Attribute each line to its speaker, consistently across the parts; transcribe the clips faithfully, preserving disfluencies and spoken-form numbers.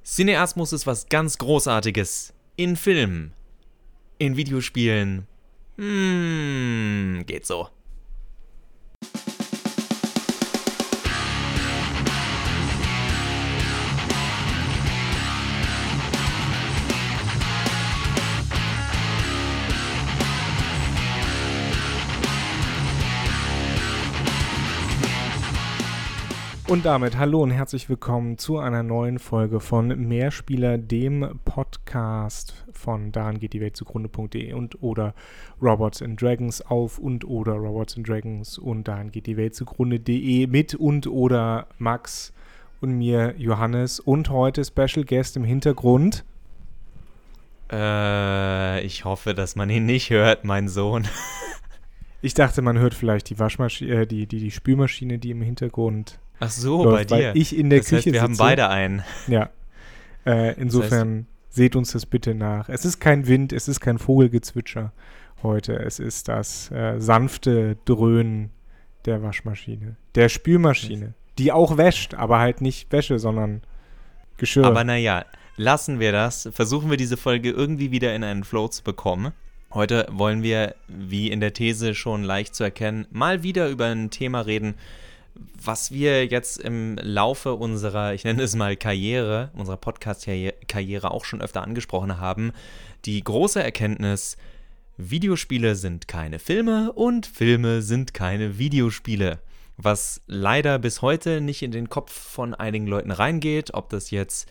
Speaker 1: Cineasmus ist was ganz Großartiges. In Filmen, in Videospielen. Hm, geht so.
Speaker 2: Und damit hallo und herzlich willkommen zu einer neuen Folge von Mehrspieler, dem Podcast von daran geht die Welt zugrunde punkt de und oder Robots and Dragons auf und oder Robots and Dragons und daran geht die Welt zugrunde punkt de mit und oder Max und mir Johannes und heute Special Guest im Hintergrund.
Speaker 1: Äh, ich hoffe, dass man ihn nicht hört, mein Sohn.
Speaker 2: Ich dachte, man hört vielleicht die Waschmaschine, äh, die, die, die Spülmaschine, die im Hintergrund
Speaker 1: Ach so,
Speaker 2: läuft,
Speaker 1: bei dir.
Speaker 2: Weil ich in der
Speaker 1: das
Speaker 2: Küche
Speaker 1: heißt, wir
Speaker 2: sitze.
Speaker 1: haben beide einen.
Speaker 2: Ja. Äh, insofern das heißt, seht uns das bitte nach. Es ist kein Wind, es ist kein Vogelgezwitscher heute. Es ist das äh, sanfte Dröhnen der Waschmaschine, der Spülmaschine, die auch wäscht, aber halt nicht Wäsche, sondern Geschirr.
Speaker 1: Aber naja, lassen wir das. Versuchen wir diese Folge irgendwie wieder in einen Flow zu bekommen. Heute wollen wir, wie in der These schon leicht zu erkennen, mal wieder über ein Thema reden, was wir jetzt im Laufe unserer, ich nenne es mal Karriere, unserer Podcast-Karriere auch schon öfter angesprochen haben. Die große Erkenntnis: Videospiele sind keine Filme und Filme sind keine Videospiele. Was leider bis heute nicht in den Kopf von einigen Leuten reingeht, ob das jetzt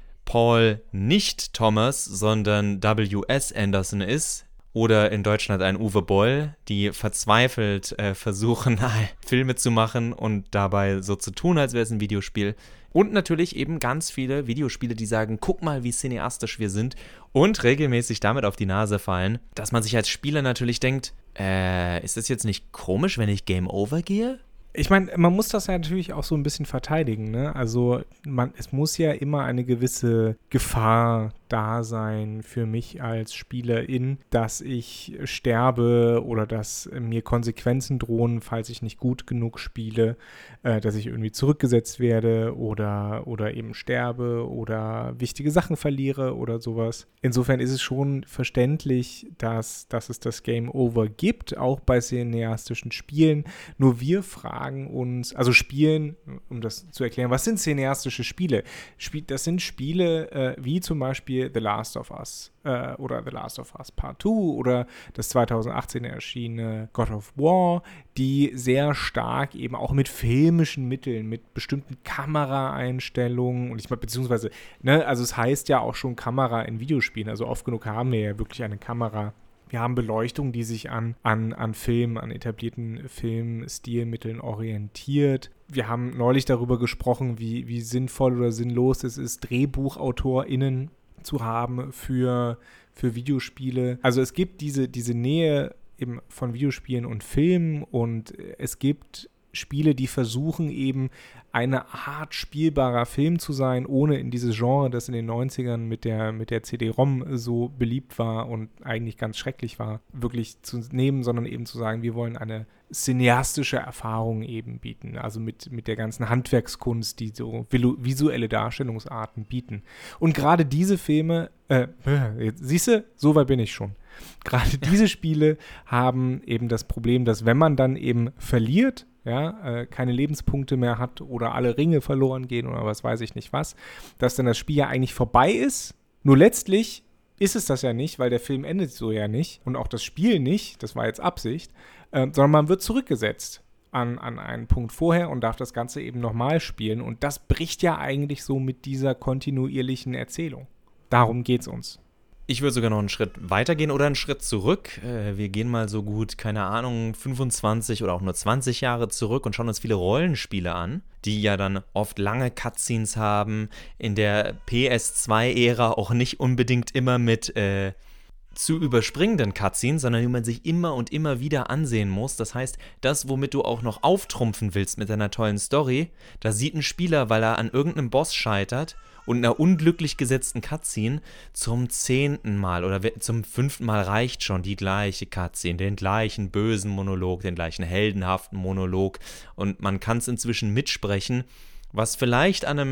Speaker 1: Paul nicht Thomas, sondern W S Anderson ist, oder in Deutschland ein Uwe Boll, die verzweifelt äh, versuchen, Filme zu machen und dabei so zu tun, als wäre es ein Videospiel. Und natürlich eben ganz viele Videospiele, die sagen, guck mal, wie cineastisch wir sind und regelmäßig damit auf die Nase fallen, dass man sich als Spieler natürlich denkt, äh, ist das jetzt nicht komisch, wenn ich Game Over gehe?
Speaker 2: Ich meine, man muss das ja natürlich auch so ein bisschen verteidigen, ne? Also man, es muss ja immer eine gewisse Gefahr da sein für mich als Spielerin, dass ich sterbe oder dass mir Konsequenzen drohen, falls ich nicht gut genug spiele, äh, dass ich irgendwie zurückgesetzt werde oder, oder eben sterbe oder wichtige Sachen verliere oder sowas. Insofern ist es schon verständlich, dass, dass es das Game Over gibt, auch bei cineastischen Spielen. Nur wir fragen uns, also Spielen, um das zu erklären, was sind cineastische Spiele? Spiel, das sind Spiele äh, wie zum Beispiel The Last of Us äh, oder The Last of Us Part zwei oder das zwanzig achtzehn erschienene God of War, die sehr stark eben auch mit filmischen Mitteln, mit bestimmten Kameraeinstellungen und ich meine, beziehungsweise, ne, also es heißt ja auch schon Kamera in Videospielen, also oft genug haben wir ja wirklich eine Kamera. Wir haben Beleuchtung, die sich an, an, an Filmen, an etablierten Filmstilmitteln orientiert. Wir haben neulich darüber gesprochen, wie, wie sinnvoll oder sinnlos es ist, DrehbuchautorInnen zu haben für, für Videospiele. Also es gibt diese, diese Nähe eben von Videospielen und Filmen und es gibt Spiele, die versuchen eben eine Art spielbarer Film zu sein, ohne in dieses Genre, das in den neunzigern mit der, mit der C D-ROM so beliebt war und eigentlich ganz schrecklich war, wirklich zu nehmen, sondern eben zu sagen, wir wollen eine cineastische Erfahrung eben bieten, also mit, mit der ganzen Handwerkskunst, die so visuelle Darstellungsarten bieten. Und gerade diese Filme, äh, siehst du, so weit bin ich schon. Gerade diese Spiele haben eben das Problem, dass wenn man dann eben verliert, ja, äh, keine Lebenspunkte mehr hat oder alle Ringe verloren gehen oder was weiß ich nicht was, dass dann das Spiel ja eigentlich vorbei ist. Nur letztlich ist es das ja nicht, weil der Film endet so ja nicht und auch das Spiel nicht, das war jetzt Absicht, äh, sondern man wird zurückgesetzt an, an einen Punkt vorher und darf das Ganze eben nochmal spielen und das bricht ja eigentlich so mit dieser kontinuierlichen Erzählung. Darum geht's uns.
Speaker 1: Ich würde sogar noch einen Schritt weitergehen oder einen Schritt zurück. Wir gehen mal so gut, keine Ahnung, fünfundzwanzig oder auch nur zwanzig Jahre zurück und schauen uns viele Rollenspiele an, die ja dann oft lange Cutscenes haben, in der P S zwei Ära auch nicht unbedingt immer mit äh, zu überspringenden Cutscenes, sondern die man sich immer und immer wieder ansehen muss. Das heißt, das, womit du auch noch auftrumpfen willst mit deiner tollen Story, da sieht ein Spieler, weil er an irgendeinem Boss scheitert und einer unglücklich gesetzten Cutscene zum zehnten Mal oder zum fünften Mal reicht schon die gleiche Cutscene, den gleichen bösen Monolog, den gleichen heldenhaften Monolog und man kann es inzwischen mitsprechen, was vielleicht an einem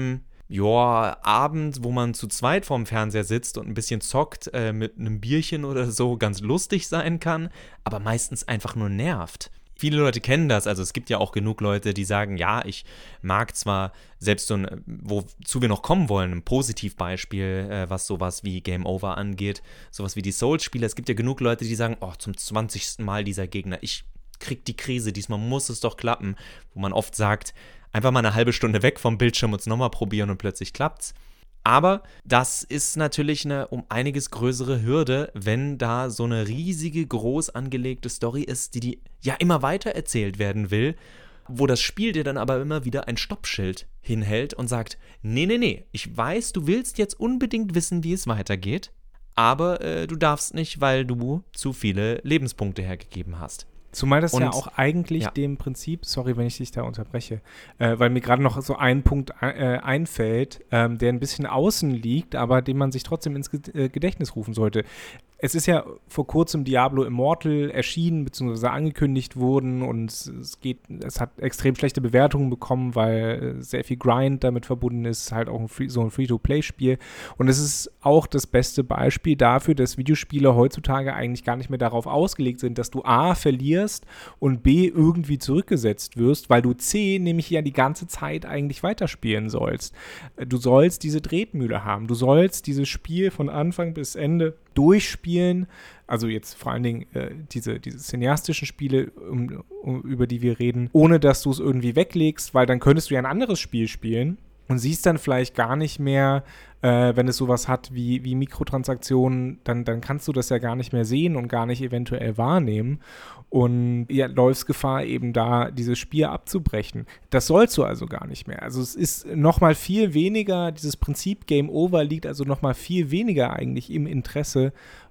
Speaker 1: ja, Abend, wo man zu zweit vorm Fernseher sitzt und ein bisschen zockt, äh, mit einem Bierchen oder so, ganz lustig sein kann, aber meistens einfach nur nervt. Viele Leute kennen das, also es gibt ja auch genug Leute, die sagen, ja, ich mag zwar selbst so ein, wozu wir noch kommen wollen, ein Positivbeispiel, äh, was sowas wie Game Over angeht, sowas wie die Souls-Spiele. Es gibt ja genug Leute, die sagen, oh, zum zwanzigsten Mal dieser Gegner, ich krieg die Krise, diesmal muss es doch klappen, wo man oft sagt, einfach mal eine halbe Stunde weg vom Bildschirm und es nochmal probieren und plötzlich klappt's. Aber das ist natürlich eine um einiges größere Hürde, wenn da so eine riesige, groß angelegte Story ist, die, die ja immer weiter erzählt werden will, wo das Spiel dir dann aber immer wieder ein Stoppschild hinhält und sagt, nee, nee, nee, ich weiß, du willst jetzt unbedingt wissen, wie es weitergeht, aber äh, du darfst nicht, weil du zu viele Lebenspunkte hergegeben hast.
Speaker 2: Zumal das
Speaker 1: Und,
Speaker 2: ja auch eigentlich
Speaker 1: ja.
Speaker 2: dem Prinzip, sorry, wenn ich dich da unterbreche, äh, weil mir gerade noch so ein Punkt äh, einfällt, ähm, der ein bisschen außen liegt, aber den man sich trotzdem ins Ge- äh, Gedächtnis rufen sollte. Es ist ja vor kurzem Diablo Immortal erschienen, beziehungsweise angekündigt worden und es geht, es hat extrem schlechte Bewertungen bekommen, weil sehr viel Grind damit verbunden ist, halt auch ein Free, so ein Free-to-Play-Spiel. Und es ist auch das beste Beispiel dafür, dass Videospiele heutzutage eigentlich gar nicht mehr darauf ausgelegt sind, dass du A, verlierst und B, irgendwie zurückgesetzt wirst, weil du C, nämlich ja die ganze Zeit eigentlich weiterspielen sollst. Du sollst diese Tretmühle haben, du sollst dieses Spiel von Anfang bis Ende durchspielen, also jetzt vor allen Dingen äh, diese, diese cineastischen Spiele, um, um, über die wir reden, ohne dass du es irgendwie weglegst, weil dann könntest du ja ein anderes Spiel spielen und siehst dann vielleicht gar nicht mehr, äh, wenn es sowas hat wie, wie Mikrotransaktionen, dann, dann kannst du das ja gar nicht mehr sehen und gar nicht eventuell wahrnehmen und ja, läufst Gefahr, eben da dieses Spiel abzubrechen. Das sollst du also gar nicht mehr. Also es ist nochmal viel weniger, dieses Prinzip Game Over liegt also nochmal viel weniger eigentlich im Interesse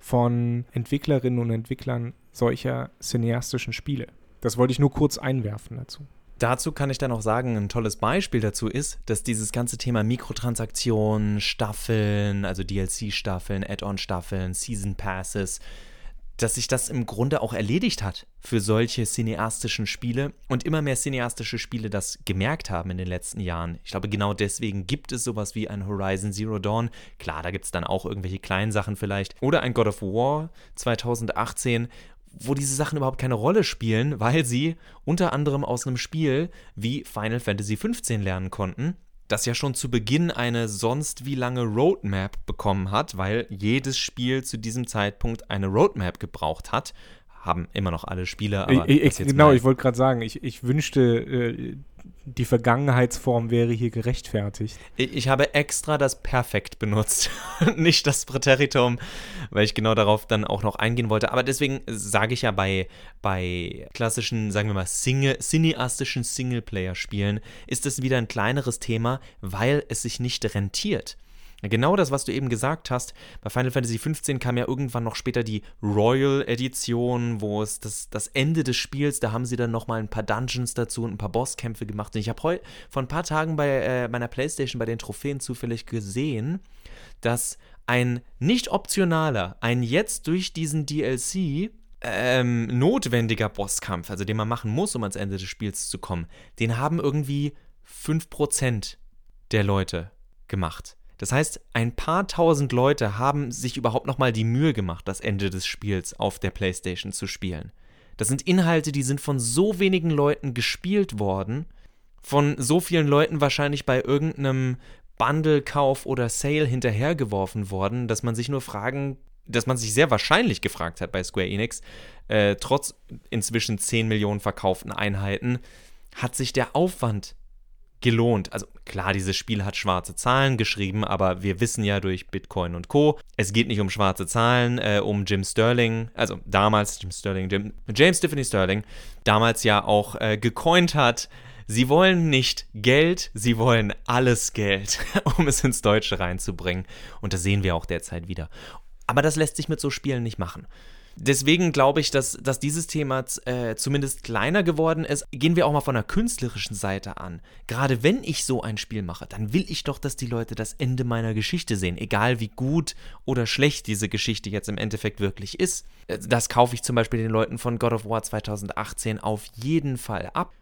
Speaker 2: von Entwicklerinnen und Entwicklern solcher cineastischen Spiele. Das wollte ich nur kurz einwerfen dazu.
Speaker 1: Dazu kann ich dann auch sagen, ein tolles Beispiel dazu ist, dass dieses ganze Thema Mikrotransaktionen, Staffeln, also D L C-Staffeln, Add-on-Staffeln, Season Passes, dass sich das im Grunde auch erledigt hat für solche cineastischen Spiele und immer mehr cineastische Spiele das gemerkt haben in den letzten Jahren. Ich glaube, genau deswegen gibt es sowas wie ein Horizon Zero Dawn. Klar, da gibt es dann auch irgendwelche kleinen Sachen vielleicht. Oder ein God of War zwanzig achtzehn, wo diese Sachen überhaupt keine Rolle spielen, weil sie unter anderem aus einem Spiel wie Final Fantasy fünfzehn lernen konnten, das ja schon zu Beginn eine sonst wie lange Roadmap bekommen hat, weil jedes Spiel zu diesem Zeitpunkt eine Roadmap gebraucht hat. Haben immer noch alle Spiele, aber
Speaker 2: ich, ich,
Speaker 1: jetzt
Speaker 2: genau,
Speaker 1: mal.
Speaker 2: ich wollte gerade sagen, ich, ich wünschte, äh, die Vergangenheitsform wäre hier gerechtfertigt.
Speaker 1: Ich, ich habe extra das Perfekt benutzt, nicht das Präteritum, weil ich genau darauf dann auch noch eingehen wollte. Aber deswegen sage ich ja, bei, bei klassischen, sagen wir mal, Single, cineastischen Singleplayer-Spielen ist es wieder ein kleineres Thema, weil es sich nicht rentiert. Genau das, was du eben gesagt hast, bei Final Fantasy fünfzehn kam ja irgendwann noch später die Royal-Edition, wo es das, das Ende des Spiels, da haben sie dann nochmal ein paar Dungeons dazu und ein paar Bosskämpfe gemacht. Und ich habe heute vor ein paar Tagen bei äh, meiner Playstation bei den Trophäen zufällig gesehen, dass ein nicht optionaler, ein jetzt durch diesen D L C ähm, notwendiger Bosskampf, also den man machen muss, um ans Ende des Spiels zu kommen, den haben irgendwie fünf Prozent der Leute gemacht. Das heißt, ein paar tausend Leute haben sich überhaupt nochmal die Mühe gemacht, das Ende des Spiels auf der PlayStation zu spielen. Das sind Inhalte, die sind von so wenigen Leuten gespielt worden, von so vielen Leuten wahrscheinlich bei irgendeinem Bundle-Kauf oder Sale hinterhergeworfen worden, dass man sich nur fragen, dass man sich sehr wahrscheinlich gefragt hat bei Square Enix, äh, trotz inzwischen zehn Millionen verkauften Einheiten, hat sich der Aufwand gelohnt. Also klar, dieses Spiel hat schwarze Zahlen geschrieben, aber wir wissen ja durch Bitcoin und Co., es geht nicht um schwarze Zahlen, äh, um Jim Sterling, also damals Jim Sterling, Jim, James Tiffany Sterling, damals ja auch äh, gecoint hat, sie wollen nicht Geld, sie wollen alles Geld, um es ins Deutsche reinzubringen. Und das sehen wir auch derzeit wieder. Aber das lässt sich mit so Spielen nicht machen. Deswegen glaube ich, dass, dass dieses Thema äh, zumindest kleiner geworden ist. Gehen wir auch mal von der künstlerischen Seite an. Gerade wenn ich so ein Spiel mache, dann will ich doch, dass die Leute das Ende meiner Geschichte sehen. Egal wie gut oder schlecht diese Geschichte jetzt im Endeffekt wirklich ist. Das kaufe ich zum Beispiel den Leuten von God of War zwanzig achtzehn auf jeden Fall ab.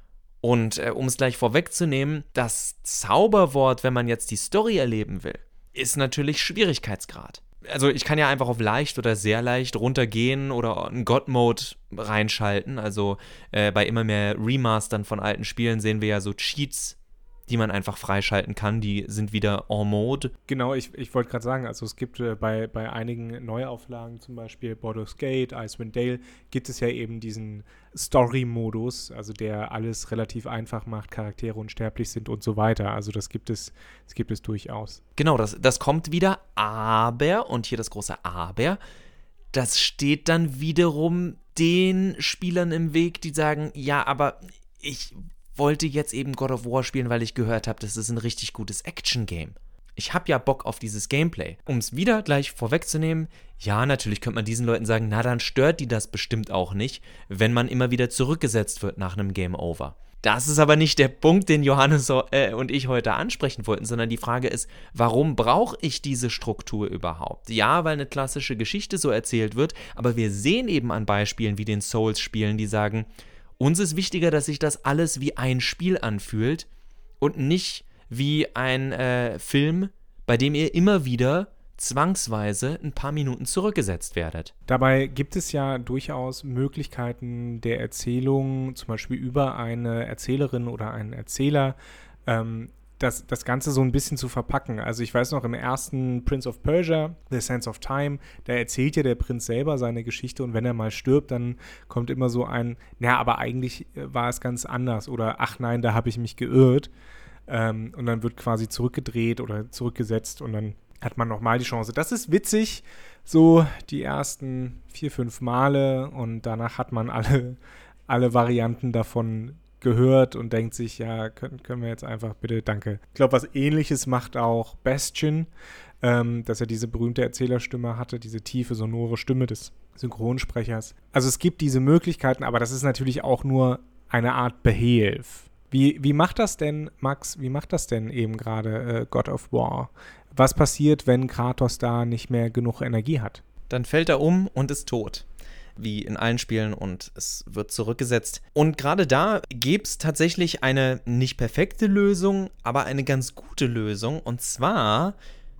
Speaker 1: Und äh, um es gleich vorwegzunehmen, das Zauberwort, wenn man jetzt die Story erleben will, ist natürlich Schwierigkeitsgrad. Also ich kann ja einfach auf leicht oder sehr leicht runtergehen oder einen God-Mode reinschalten. Also äh, bei immer mehr Remastern von alten Spielen sehen wir ja so Cheats, die man einfach freischalten kann. Die sind wieder en mode.
Speaker 2: Genau, ich, ich wollte gerade sagen, also es gibt äh, bei, bei einigen Neuauflagen, zum Beispiel Baldur's Gate, Icewind Dale, gibt es ja eben diesen Story-Modus, also der alles relativ einfach macht, Charaktere unsterblich sind und so weiter. Also das gibt es, das gibt es durchaus.
Speaker 1: Genau, das, das kommt wieder, aber, und hier das große Aber, das steht dann wiederum den Spielern im Weg, die sagen, ja, aber ich wollte jetzt eben God of War spielen, weil ich gehört habe, das ist ein richtig gutes Action-Game. Ich habe ja Bock auf dieses Gameplay. Um es wieder gleich vorwegzunehmen, ja, natürlich könnte man diesen Leuten sagen, na, dann stört die das bestimmt auch nicht, wenn man immer wieder zurückgesetzt wird nach einem Game Over. Das ist aber nicht der Punkt, den Johannes äh, und ich heute ansprechen wollten, sondern die Frage ist, warum brauche ich diese Struktur überhaupt? Ja, weil eine klassische Geschichte so erzählt wird, aber wir sehen eben an Beispielen wie den Souls-Spielen, die sagen, uns ist wichtiger, dass sich das alles wie ein Spiel anfühlt und nicht wie ein äh, Film, bei dem ihr immer wieder zwangsweise ein paar Minuten zurückgesetzt werdet.
Speaker 2: Dabei gibt es ja durchaus Möglichkeiten der Erzählung, zum Beispiel über eine Erzählerin oder einen Erzähler, ähm, das, das Ganze so ein bisschen zu verpacken. Also ich weiß noch, im ersten Prince of Persia, The Sands of Time, da erzählt ja der Prinz selber seine Geschichte und wenn er mal stirbt, dann kommt immer so ein, na, aber eigentlich war es ganz anders oder ach nein, da habe ich mich geirrt. Ähm, und dann wird quasi zurückgedreht oder zurückgesetzt und dann hat man nochmal die Chance. Das ist witzig, so die ersten vier, fünf Male und danach hat man alle, alle Varianten davon gehört und denkt sich, ja, können, können wir jetzt einfach bitte, danke. Ich glaube, was Ähnliches macht auch Bastion, ähm, dass er diese berühmte Erzählerstimme hatte, diese tiefe, sonore Stimme des Synchronsprechers. Also es gibt diese Möglichkeiten, aber das ist natürlich auch nur eine Art Behelf. Wie, wie macht das denn, Max, wie macht das denn eben gerade äh, God of War? Was passiert, wenn Kratos da nicht mehr genug Energie hat?
Speaker 1: Dann fällt er um und ist tot. Wie in allen Spielen und es wird zurückgesetzt. Und gerade da gäbe es tatsächlich eine nicht perfekte Lösung, aber eine ganz gute Lösung. Und zwar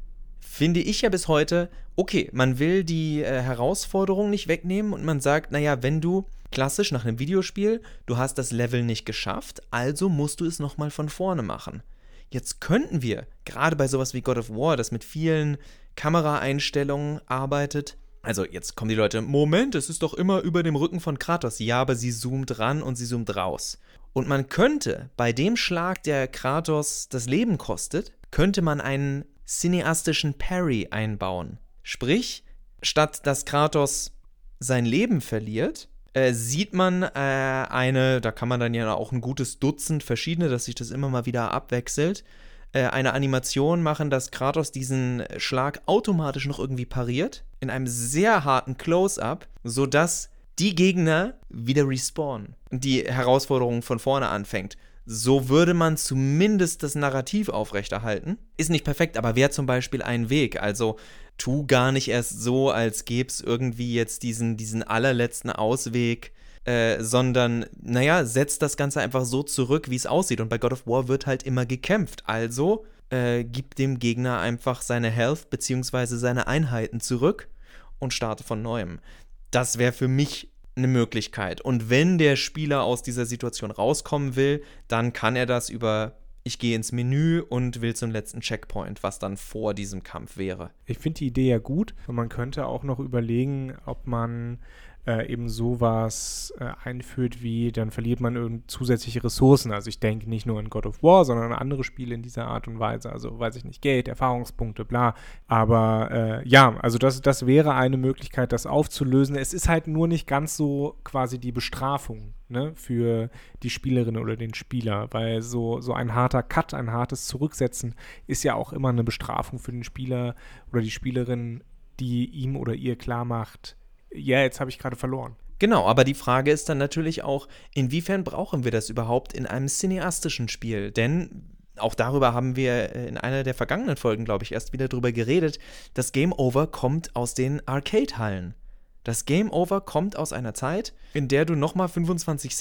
Speaker 1: finde ich ja bis heute, okay, man will die äh, Herausforderung nicht wegnehmen und man sagt, naja, wenn du klassisch nach einem Videospiel, du hast das Level nicht geschafft, also musst du es nochmal von vorne machen. Jetzt könnten wir, gerade bei sowas wie God of War, das mit vielen Kameraeinstellungen arbeitet, also jetzt kommen die Leute, Moment, es ist doch immer über dem Rücken von Kratos. Ja, aber sie zoomt ran und sie zoomt raus. Und man könnte bei dem Schlag, der Kratos das Leben kostet, könnte man einen cineastischen Parry einbauen. Sprich, statt dass Kratos sein Leben verliert, äh, sieht man äh, eine, da kann man dann ja auch ein gutes Dutzend verschiedene, dass sich das immer mal wieder abwechselt, äh, eine Animation machen, dass Kratos diesen Schlag automatisch noch irgendwie pariert, in einem sehr harten Close-Up, sodass die Gegner wieder respawnen und die Herausforderung von vorne anfängt. So würde man zumindest das Narrativ aufrechterhalten. Ist nicht perfekt, aber wäre zum Beispiel ein Weg. Also tu gar nicht erst so, als gäbe es irgendwie jetzt diesen, diesen allerletzten Ausweg, äh, sondern, naja, setz das Ganze einfach so zurück, wie es aussieht. Und bei God of War wird halt immer gekämpft. Also äh, gib dem Gegner einfach seine Health bzw. seine Einheiten zurück und starte von Neuem. Das wäre für mich eine Möglichkeit. Und wenn der Spieler aus dieser Situation rauskommen will, dann kann er das über, ich gehe ins Menü und will zum letzten Checkpoint, was dann vor diesem Kampf wäre.
Speaker 2: Ich finde die Idee ja gut und man könnte auch noch überlegen, ob man äh, eben sowas äh, einführt wie, dann verliert man irgend zusätzliche Ressourcen. Also ich denke nicht nur an God of War, sondern an andere Spiele in dieser Art und Weise. Also weiß ich nicht, Geld, Erfahrungspunkte, bla. Aber äh, ja, also das, das wäre eine Möglichkeit, das aufzulösen. Es ist halt nur nicht ganz so quasi die Bestrafung, ne, für die Spielerin oder den Spieler, weil so, so ein harter Cut, ein hartes Zurücksetzen ist ja auch immer eine Bestrafung für den Spieler oder die Spielerin, die ihm oder ihr klar macht, ja, jetzt habe ich gerade verloren.
Speaker 1: Genau, aber die Frage ist dann natürlich auch, inwiefern brauchen wir das überhaupt in einem cineastischen Spiel? Denn auch darüber haben wir in einer der vergangenen Folgen, glaube ich, erst wieder drüber geredet. Das Game Over kommt aus den Arcade-Hallen. Das Game Over kommt aus einer Zeit, in der du nochmal fünfundzwanzig Cent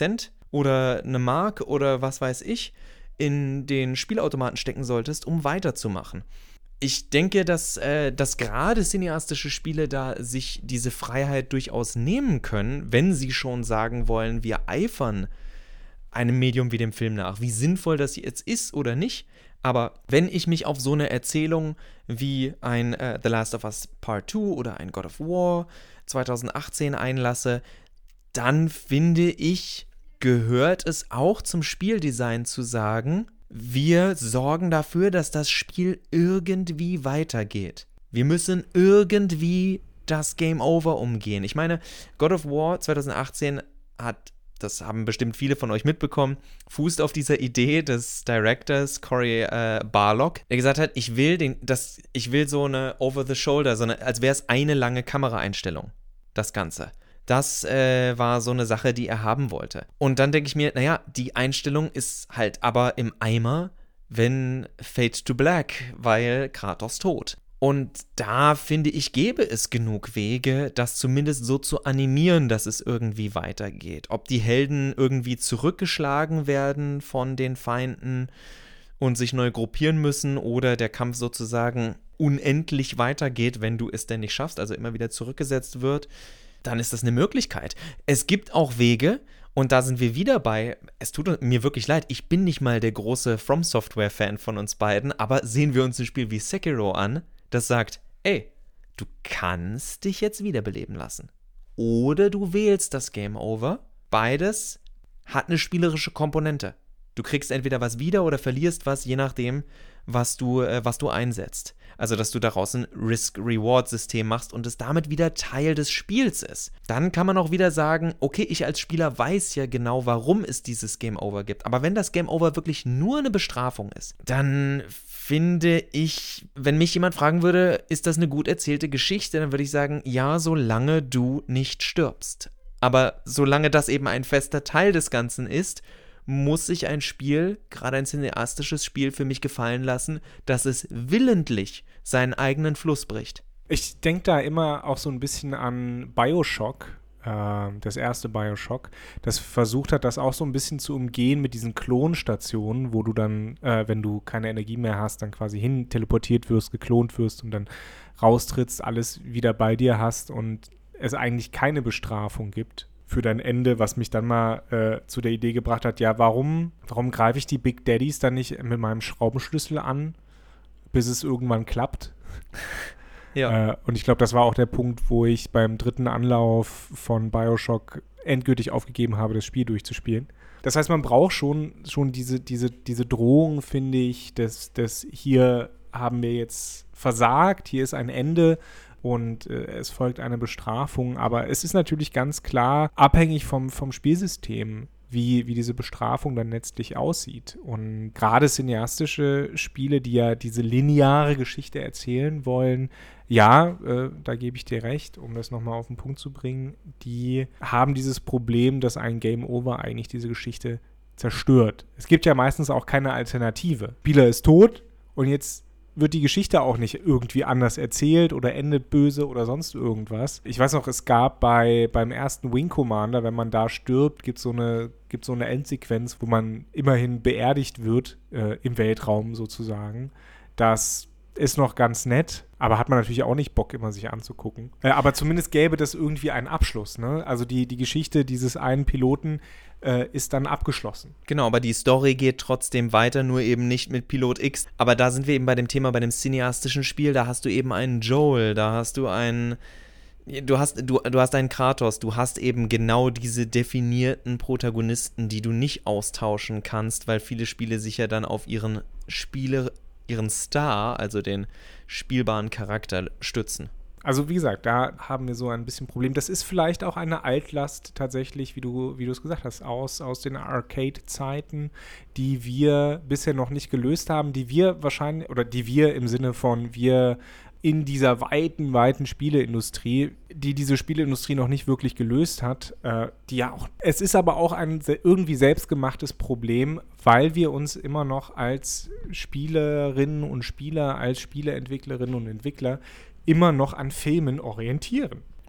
Speaker 1: oder eine Mark oder was weiß ich in den Spielautomaten stecken solltest, um weiterzumachen. Ich denke, dass, äh, dass gerade cineastische Spiele da sich diese Freiheit durchaus nehmen können, wenn sie schon sagen wollen, wir eifern einem Medium wie dem Film nach. Wie sinnvoll das jetzt ist oder nicht. Aber wenn ich mich auf so eine Erzählung wie ein äh, The Last of Us Part zwei oder ein God of War zwanzig achtzehn einlasse, dann finde ich, gehört es auch zum Spieldesign zu sagen, wir sorgen dafür, dass das Spiel irgendwie weitergeht. Wir müssen irgendwie das Game Over umgehen. Ich meine, God of War zwanzig achtzehn hat, das haben bestimmt viele von euch mitbekommen, fußt auf dieser Idee des Directors Cory äh, Barlog, der gesagt hat, ich will, den, das, ich will so eine Over-the-Shoulder, so eine, als wäre es eine lange Kameraeinstellung, das Ganze. Das äh, war so eine Sache, die er haben wollte. Und dann denke ich mir, naja, die Einstellung ist halt aber im Eimer, wenn Fade to Black, weil Kratos tot. Und da, finde ich, gäbe es genug Wege, das zumindest so zu animieren, dass es irgendwie weitergeht. Ob die Helden irgendwie zurückgeschlagen werden von den Feinden und sich neu gruppieren müssen oder der Kampf sozusagen unendlich weitergeht, wenn du es denn nicht schaffst, also immer wieder zurückgesetzt wird, dann ist das eine Möglichkeit. Es gibt auch Wege, und da sind wir wieder bei, es tut mir wirklich leid, ich bin nicht mal der große From Software-Fan von uns beiden, aber sehen wir uns ein Spiel wie Sekiro an, das sagt, ey, du kannst dich jetzt wiederbeleben lassen. Oder du wählst das Game Over. Beides hat eine spielerische Komponente. Du kriegst entweder was wieder oder verlierst was, je nachdem, was du, äh, was du einsetzt. Also, dass du daraus ein Risk-Reward-System machst und es damit wieder Teil des Spiels ist. Dann kann man auch wieder sagen, okay, ich als Spieler weiß ja genau, warum es dieses Game Over gibt. Aber wenn das Game Over wirklich nur eine Bestrafung ist, dann finde ich, wenn mich jemand fragen würde, ist das eine gut erzählte Geschichte, dann würde ich sagen, ja, solange du nicht stirbst. Aber solange das eben ein fester Teil des Ganzen ist, muss sich ein Spiel, gerade ein cineastisches Spiel, für mich gefallen lassen, dass es willentlich seinen eigenen Fluss bricht.
Speaker 2: Ich denke da immer auch so ein bisschen an BioShock, äh, das erste BioShock, das versucht hat, das auch so ein bisschen zu umgehen mit diesen Klonstationen, wo du dann, äh, wenn du keine Energie mehr hast, dann quasi hin teleportiert wirst, geklont wirst und dann raustrittst, alles wieder bei dir hast und es eigentlich keine Bestrafung gibt für dein Ende, was mich dann mal äh, zu der Idee gebracht hat, ja, warum, warum greife ich die Big Daddies dann nicht mit meinem Schraubenschlüssel an, bis es irgendwann klappt? Ja. Äh, und ich glaube, das war auch der Punkt, wo ich beim dritten Anlauf von BioShock endgültig aufgegeben habe, das Spiel durchzuspielen. Das heißt, man braucht schon, schon diese, diese, diese Drohung, finde ich, dass, dass hier haben wir jetzt versagt, hier ist ein Ende und äh, es folgt eine Bestrafung. Aber es ist natürlich ganz klar abhängig vom, vom Spielsystem, wie, wie diese Bestrafung dann letztlich aussieht. Und gerade cineastische Spiele, die ja diese lineare Geschichte erzählen wollen, ja, äh, da gebe ich dir recht, um das nochmal auf den Punkt zu bringen, die haben dieses Problem, dass ein Game Over eigentlich diese Geschichte zerstört. Es gibt ja meistens auch keine Alternative. Spieler ist tot und jetzt wird die Geschichte auch nicht irgendwie anders erzählt oder endet böse oder sonst irgendwas. Ich weiß noch, es gab bei beim ersten Wing Commander, wenn man da stirbt, gibt es so eine, gibt so eine Endsequenz, wo man immerhin beerdigt wird, äh, im Weltraum sozusagen. Das ist noch ganz nett, aber hat man natürlich auch nicht Bock, immer sich anzugucken. Äh, aber zumindest gäbe das irgendwie einen Abschluss, ne? Also die, die Geschichte dieses einen Piloten äh, ist dann abgeschlossen.
Speaker 1: Genau, aber die Story geht trotzdem weiter, nur eben nicht mit Pilot X. Aber da sind wir eben bei dem Thema, bei dem cineastischen Spiel, da hast du eben einen Joel, da hast du einen Du hast, du, du hast einen Kratos, du hast eben genau diese definierten Protagonisten, die du nicht austauschen kannst, weil viele Spiele sich ja dann auf ihren Spieler ihren Star, also den spielbaren Charakter, stützen.
Speaker 2: Also wie gesagt, da haben wir so ein bisschen Problem. Das ist vielleicht auch eine Altlast tatsächlich, wie du wie du es gesagt hast, aus, aus den Arcade-Zeiten, die wir bisher noch nicht gelöst haben, die wir wahrscheinlich, oder die wir im Sinne von wir in dieser weiten, weiten Spieleindustrie, die diese Spieleindustrie noch nicht wirklich gelöst hat, äh, die ja auch, es ist aber auch ein irgendwie selbstgemachtes Problem, weil wir uns immer noch als Spielerinnen und Spieler, als Spieleentwicklerinnen und Entwickler immer noch an Filmen orientieren.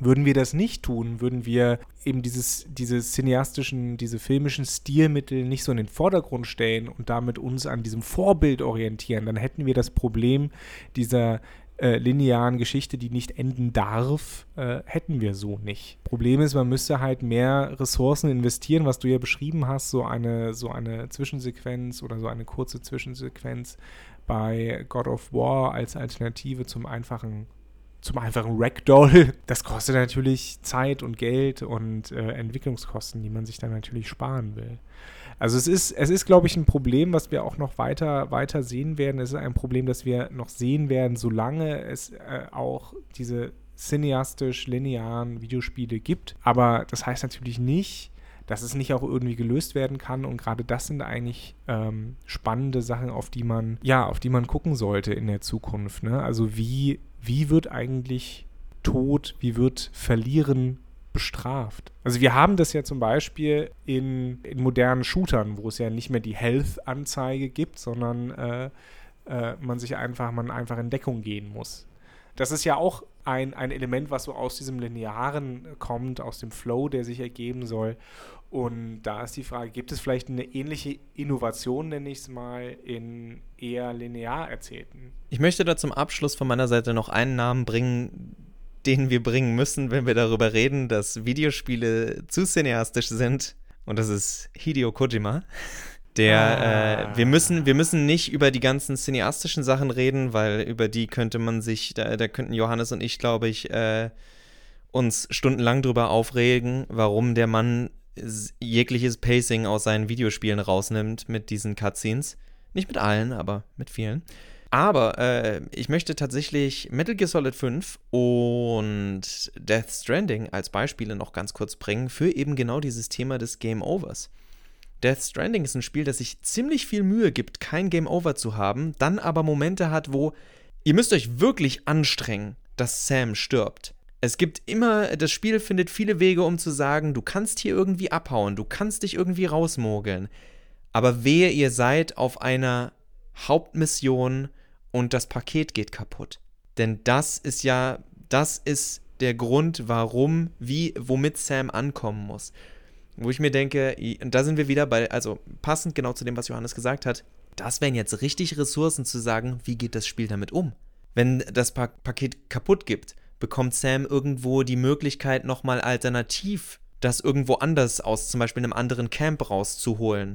Speaker 2: Würden wir das nicht tun, würden wir eben dieses, diese cineastischen, diese filmischen Stilmittel nicht so in den Vordergrund stellen und damit uns an diesem Vorbild orientieren, dann hätten wir das Problem dieser äh, linearen Geschichte, die nicht enden darf, äh, hätten wir so nicht. Problem ist, man müsste halt mehr Ressourcen investieren, was du ja beschrieben hast, so eine, so eine Zwischensequenz oder so eine kurze Zwischensequenz bei God of War als Alternative zum einfachen zum einfachen Ragdoll. Das kostet natürlich Zeit und Geld und äh, Entwicklungskosten, die man sich dann natürlich sparen will. Also es ist, es ist, glaube ich, ein Problem, was wir auch noch weiter, weiter sehen werden. Es ist ein Problem, das wir noch sehen werden, solange es äh, auch diese cineastisch-linearen Videospiele gibt. Aber das heißt natürlich nicht, dass es nicht auch irgendwie gelöst werden kann. Und gerade das sind eigentlich ähm, spannende Sachen, auf die man, ja, auf die man gucken sollte in der Zukunft. Ne? Also wie Wie wird eigentlich Tod, wie wird Verlieren bestraft? Also wir haben das ja zum Beispiel in, in modernen Shootern, wo es ja nicht mehr die Health-Anzeige gibt, sondern äh, äh, man sich einfach, man einfach in Deckung gehen muss. Das ist ja auch ein, ein Element, was so aus diesem Linearen kommt, aus dem Flow, der sich ergeben soll. Und da ist die Frage, gibt es vielleicht eine ähnliche Innovation, nenne ich es mal, in eher linear erzählten?
Speaker 1: Ich möchte da zum Abschluss von meiner Seite noch einen Namen bringen, den wir bringen müssen, wenn wir darüber reden, dass Videospiele zu cineastisch sind. Und das ist Hideo Kojima. Der, ah. äh, wir müssen, wir müssen nicht über die ganzen cineastischen Sachen reden, weil über die könnte man sich, da, da könnten Johannes und ich, glaube ich, äh, uns stundenlang drüber aufregen, warum der Mann jegliches Pacing aus seinen Videospielen rausnimmt mit diesen Cutscenes. Nicht mit allen, aber mit vielen. Aber äh, ich möchte tatsächlich Metal Gear Solid fünf und Death Stranding als Beispiele noch ganz kurz bringen für eben genau dieses Thema des Game Overs. Death Stranding ist ein Spiel, das sich ziemlich viel Mühe gibt, kein Game Over zu haben, dann aber Momente hat, wo ihr müsst euch wirklich anstrengen, dass Sam stirbt. Es gibt immer, das Spiel findet viele Wege, um zu sagen, du kannst hier irgendwie abhauen, du kannst dich irgendwie rausmogeln. Aber wehe, ihr seid auf einer Hauptmission und das Paket geht kaputt. Denn das ist ja, das ist der Grund, warum, wie, womit Sam ankommen muss. Wo ich mir denke, und da sind wir wieder bei, also passend genau zu dem, was Johannes gesagt hat, das wären jetzt richtig Ressourcen zu sagen, wie geht das Spiel damit um? Wenn das pa- Paket kaputt gibt, bekommt Sam irgendwo die Möglichkeit, nochmal alternativ das irgendwo anders aus, zum Beispiel in einem anderen Camp rauszuholen.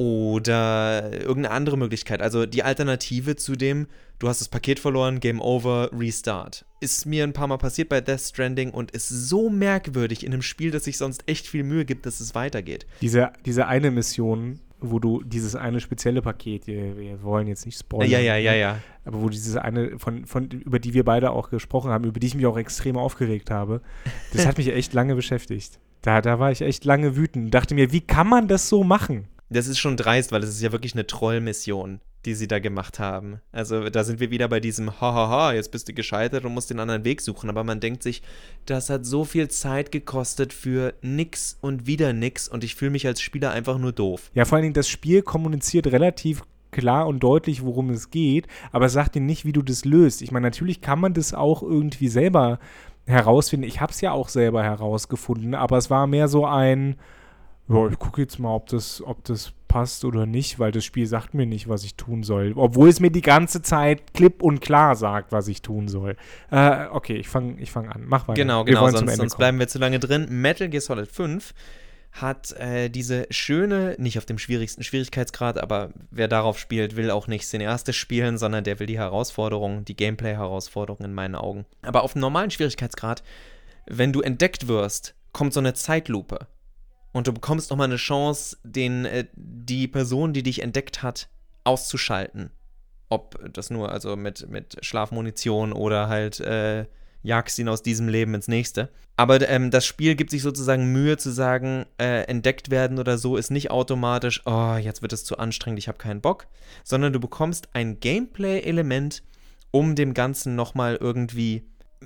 Speaker 1: Oder irgendeine andere Möglichkeit. Also die Alternative zu dem, du hast das Paket verloren, Game Over, Restart. Ist mir ein paar Mal passiert bei Death Stranding und ist so merkwürdig in einem Spiel, das sich sonst echt viel Mühe gibt, dass es weitergeht.
Speaker 2: Diese, diese eine Mission, wo du dieses eine spezielle Paket, wir, wir wollen jetzt nicht spoilern.
Speaker 1: Ja, ja, ja, ja.
Speaker 2: Aber wo dieses eine, von, von, über die wir beide auch gesprochen haben, über die ich mich auch extrem aufgeregt habe, das hat mich echt lange beschäftigt. Da, da war ich echt lange wütend. Dachte mir, wie kann man das so machen?
Speaker 1: Das ist schon dreist, weil es ist ja wirklich eine Trollmission, die sie da gemacht haben. Also da sind wir wieder bei diesem Hahaha, jetzt bist du gescheitert und musst den anderen Weg suchen. Aber man denkt sich, das hat so viel Zeit gekostet für nix und wieder nix und ich fühle mich als Spieler einfach nur doof.
Speaker 2: Ja, vor allen Dingen, das Spiel kommuniziert relativ klar und deutlich, worum es geht, aber es sagt dir nicht, wie du das löst. Ich meine, natürlich kann man das auch irgendwie selber herausfinden. Ich habe es ja auch selber herausgefunden, aber es war mehr so ein ja, ich gucke jetzt mal, ob das, ob das passt oder nicht, weil das Spiel sagt mir nicht, was ich tun soll. Obwohl es mir die ganze Zeit klipp und klar sagt, was ich tun soll. Äh, okay, ich fange ich fang an. Mach weiter.
Speaker 1: Genau, genau, sonst, sonst bleiben wir zu lange drin. Metal Gear Solid fünf hat äh, diese schöne, nicht auf dem schwierigsten Schwierigkeitsgrad, aber wer darauf spielt, will auch nicht cineastisch spielen, sondern der will die Herausforderung, die Gameplay-Herausforderung in meinen Augen. Aber auf dem normalen Schwierigkeitsgrad, wenn du entdeckt wirst, kommt so eine Zeitlupe. Und du bekommst nochmal eine Chance, den, äh, die Person, die dich entdeckt hat, auszuschalten. Ob das nur also mit, mit Schlafmunition oder halt äh, jagst ihn aus diesem Leben ins nächste. Aber ähm, das Spiel gibt sich sozusagen Mühe zu sagen, äh, entdeckt werden oder so ist nicht automatisch, oh, jetzt wird es zu anstrengend, ich habe keinen Bock. Sondern du bekommst ein Gameplay-Element, um dem Ganzen nochmal irgendwie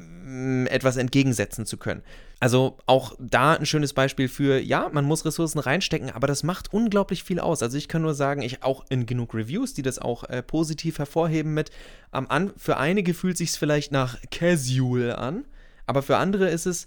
Speaker 1: mh, etwas entgegensetzen zu können. Also auch da ein schönes Beispiel für, ja, man muss Ressourcen reinstecken, aber das macht unglaublich viel aus. Also ich kann nur sagen, ich auch in genug Reviews, die das auch äh, positiv hervorheben mit, am An- für einige fühlt sich's vielleicht nach Casual an, aber für andere ist es,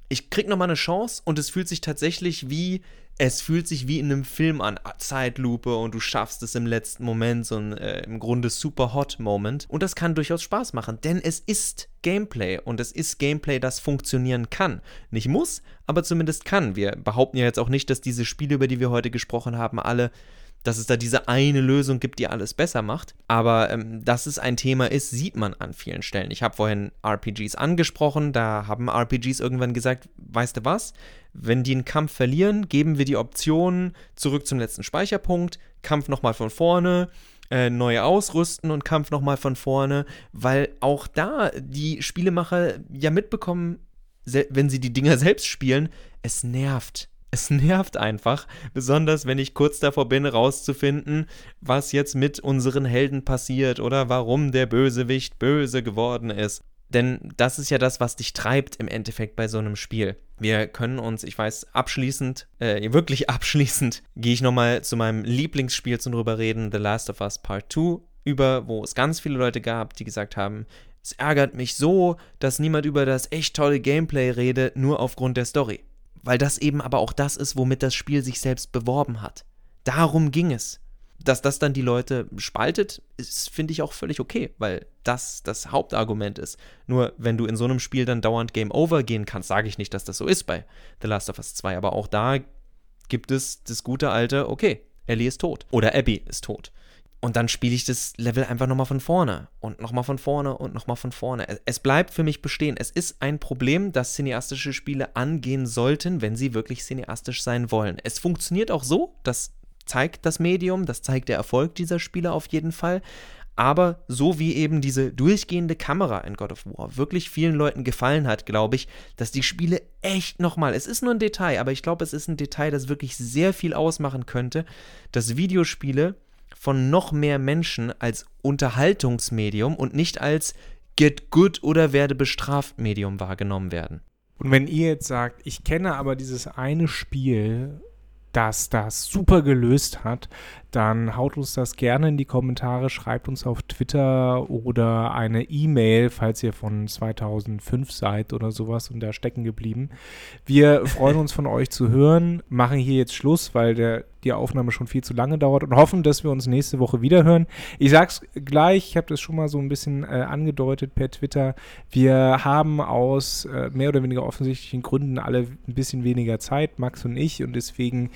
Speaker 1: ich krieg nochmal eine Chance und es fühlt sich tatsächlich wie, es fühlt sich wie in einem Film an, Zeitlupe und du schaffst es im letzten Moment, so ein äh, im Grunde super hot Moment und das kann durchaus Spaß machen, denn es ist Gameplay und es ist Gameplay, das funktionieren kann. Nicht muss, aber zumindest kann. Wir behaupten ja jetzt auch nicht, dass diese Spiele, über die wir heute gesprochen haben, alle, dass es da diese eine Lösung gibt, die alles besser macht. Aber ähm, dass es ein Thema ist, sieht man an vielen Stellen. Ich habe vorhin R P Gs angesprochen, da haben R P Gs irgendwann gesagt, weißt du was, wenn die einen Kampf verlieren, geben wir die Option zurück zum letzten Speicherpunkt, Kampf nochmal von vorne, äh, neu ausrüsten und Kampf nochmal von vorne, weil auch da die Spielemacher ja mitbekommen, se- wenn sie die Dinger selbst spielen, es nervt. Es nervt einfach, besonders wenn ich kurz davor bin, rauszufinden, was jetzt mit unseren Helden passiert oder warum der Bösewicht böse geworden ist. Denn das ist ja das, was dich treibt im Endeffekt bei so einem Spiel. Wir können uns, ich weiß, abschließend, äh, wirklich abschließend, gehe ich nochmal zu meinem Lieblingsspiel zum drüber reden, The Last of Us Part zwei, über, wo es ganz viele Leute gab, die gesagt haben, es ärgert mich so, dass niemand über das echt tolle Gameplay redet, nur aufgrund der Story. Weil das eben aber auch das ist, womit das Spiel sich selbst beworben hat. Darum ging es. Dass das dann die Leute spaltet, ist, finde ich, auch völlig okay, weil das das Hauptargument ist. Nur, wenn du in so einem Spiel dann dauernd Game Over gehen kannst, sage ich nicht, dass das so ist bei The Last of Us zwei, aber auch da gibt es das gute alte, okay, Ellie ist tot oder Abby ist tot. Und dann spiele ich das Level einfach nochmal von vorne und nochmal von vorne und nochmal von vorne. Es bleibt für mich bestehen. Es ist ein Problem, das cineastische Spiele angehen sollten, wenn sie wirklich cineastisch sein wollen. Es funktioniert auch so, das zeigt das Medium, das zeigt der Erfolg dieser Spiele auf jeden Fall. Aber so wie eben diese durchgehende Kamera in God of War wirklich vielen Leuten gefallen hat, glaube ich, dass die Spiele echt nochmal, es ist nur ein Detail, aber ich glaube, es ist ein Detail, das wirklich sehr viel ausmachen könnte, dass Videospiele von noch mehr Menschen als Unterhaltungsmedium und nicht als Get Good oder werde bestraft Medium wahrgenommen werden.
Speaker 2: Und wenn ihr jetzt sagt, ich kenne aber dieses eine Spiel, das das super gelöst hat, dann haut uns das gerne in die Kommentare, schreibt uns auf Twitter oder eine E-Mail, falls ihr von zweitausendfünf seid oder sowas und da stecken geblieben. Wir freuen uns von euch zu hören, machen hier jetzt Schluss, weil der, die Aufnahme schon viel zu lange dauert und hoffen, dass wir uns nächste Woche wieder hören. Ich sag's gleich, ich habe das schon mal so ein bisschen äh, angedeutet per Twitter. Wir haben aus äh, mehr oder weniger offensichtlichen Gründen alle ein bisschen weniger Zeit, Max und ich, und deswegen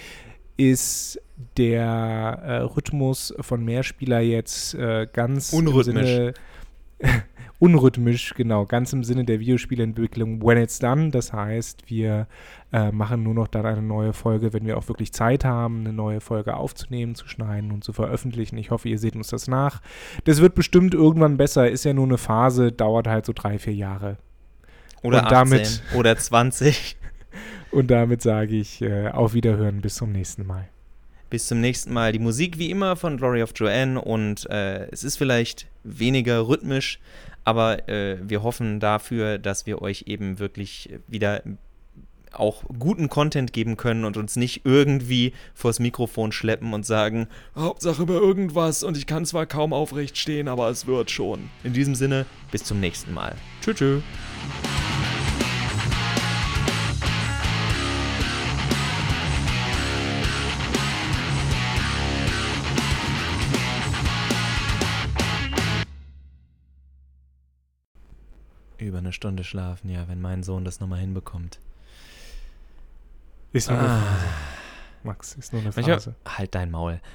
Speaker 2: ist der äh, Rhythmus von Mehrspieler jetzt äh, ganz
Speaker 1: unrhythmisch.
Speaker 2: Im Sinne, unrhythmisch, genau, ganz im Sinne der Videospielentwicklung when it's done. Das heißt, wir äh, machen nur noch dann eine neue Folge, wenn wir auch wirklich Zeit haben, eine neue Folge aufzunehmen, zu schneiden und zu veröffentlichen. Ich hoffe, ihr seht uns das nach. Das wird bestimmt irgendwann besser, ist ja nur eine Phase, dauert halt so drei, vier Jahre.
Speaker 1: Oder
Speaker 2: und damit,
Speaker 1: achtzehn oder zwanzig.
Speaker 2: Und damit sage ich äh, auf Wiederhören, bis zum nächsten Mal.
Speaker 1: Bis zum nächsten Mal. Die Musik wie immer von Glory of Joanne und äh, es ist vielleicht weniger rhythmisch, aber äh, wir hoffen dafür, dass wir euch eben wirklich wieder auch guten Content geben können und uns nicht irgendwie vors Mikrofon schleppen und sagen, Hauptsache über irgendwas und ich kann zwar kaum aufrecht stehen, aber es wird schon. In diesem Sinne, bis zum nächsten Mal. Tschüss. Tschüss. Über eine Stunde schlafen, ja, wenn mein Sohn das nochmal hinbekommt.
Speaker 2: Ist nur
Speaker 1: Ah.
Speaker 2: eine Phase. Max, ist nur eine Phase.
Speaker 1: Halt dein Maul.